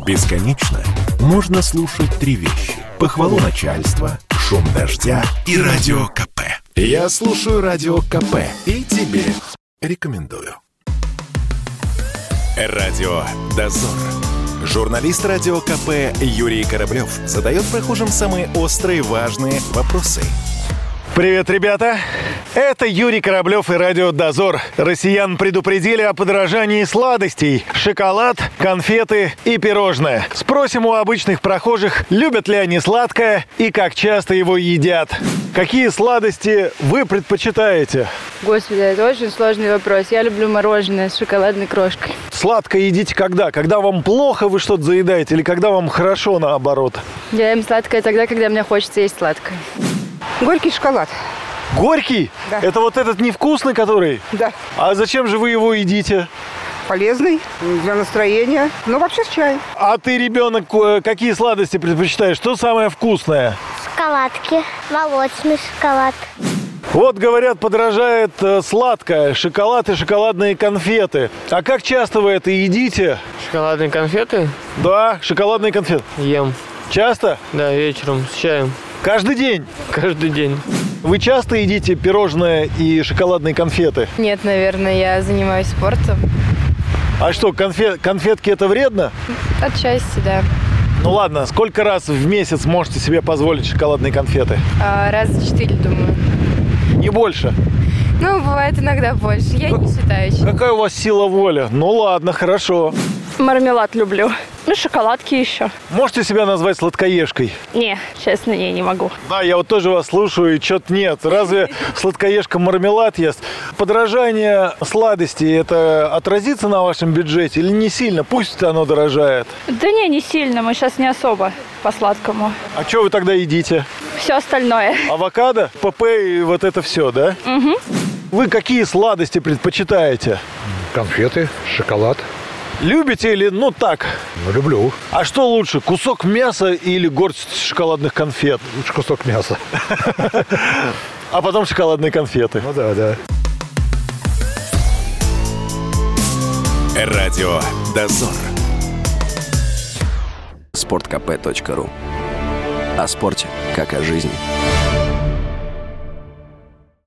Бесконечно можно слушать три вещи: похвалу начальства, шум дождя и радио КП. Я слушаю радио КП и тебе рекомендую. Радио «Дозор». Журналист радио КП Юрий Кораблев задает прохожим самые острые и важные вопросы. Привет, ребята! Это Юрий Кораблев и радио «Дозор». Россиян предупредили о подорожании сладостей: шоколад, конфеты и пирожное. Спросим у обычных прохожих, любят ли они сладкое и как часто его едят. Какие сладости вы предпочитаете? Господи, это очень сложный вопрос. Я люблю мороженое с шоколадной крошкой. Сладкое едите когда? Когда вам плохо, вы что-то заедаете, или когда вам хорошо, наоборот? Я ем сладкое тогда, когда мне хочется есть сладкое. Горький шоколад. Горький? Да. Это вот этот невкусный, который? Да. А зачем же вы его едите? Полезный для настроения. Но вообще с чаем. А ты, ребенок, какие сладости предпочитаешь? Что самое вкусное? Шоколадки, молочный шоколад. Вот, говорят, подорожает сладкое, шоколад и шоколадные конфеты. А как часто вы это едите? Шоколадные конфеты? Да, шоколадные конфеты. Ем. Часто? Да, вечером с чаем. Каждый день? Каждый день. Вы часто едите пирожные и шоколадные конфеты? Нет, наверное, я занимаюсь спортом. А что, конфетки это вредно? Отчасти, да. Ну ладно, сколько раз в месяц можете себе позволить шоколадные конфеты? Раза 4, думаю. Не больше? Ну, бывает иногда больше. Я не считаю еще. Какая у вас сила воли? Ну ладно, хорошо. Мармелад люблю. Ну, шоколадки еще. Можете себя назвать сладкоежкой? Не, честно, не могу. Да, я вот тоже вас слушаю, и что-то нет. Разве сладкоежка мармелад ест? Подорожание сладостей, это отразится на вашем бюджете или не сильно? Пусть оно дорожает. Да не сильно, мы сейчас не особо по сладкому. А что вы тогда едите? Все остальное. Авокадо, ПП и вот это все, да? Угу. Вы какие сладости предпочитаете? Конфеты, шоколад. Любите или, ну так? Ну, люблю. А что лучше, кусок мяса или горсть шоколадных конфет? Лучше кусок мяса. А потом шоколадные конфеты. Ну да, да. Радио «Дозор». Sportkp.ru. О спорте, как о жизни.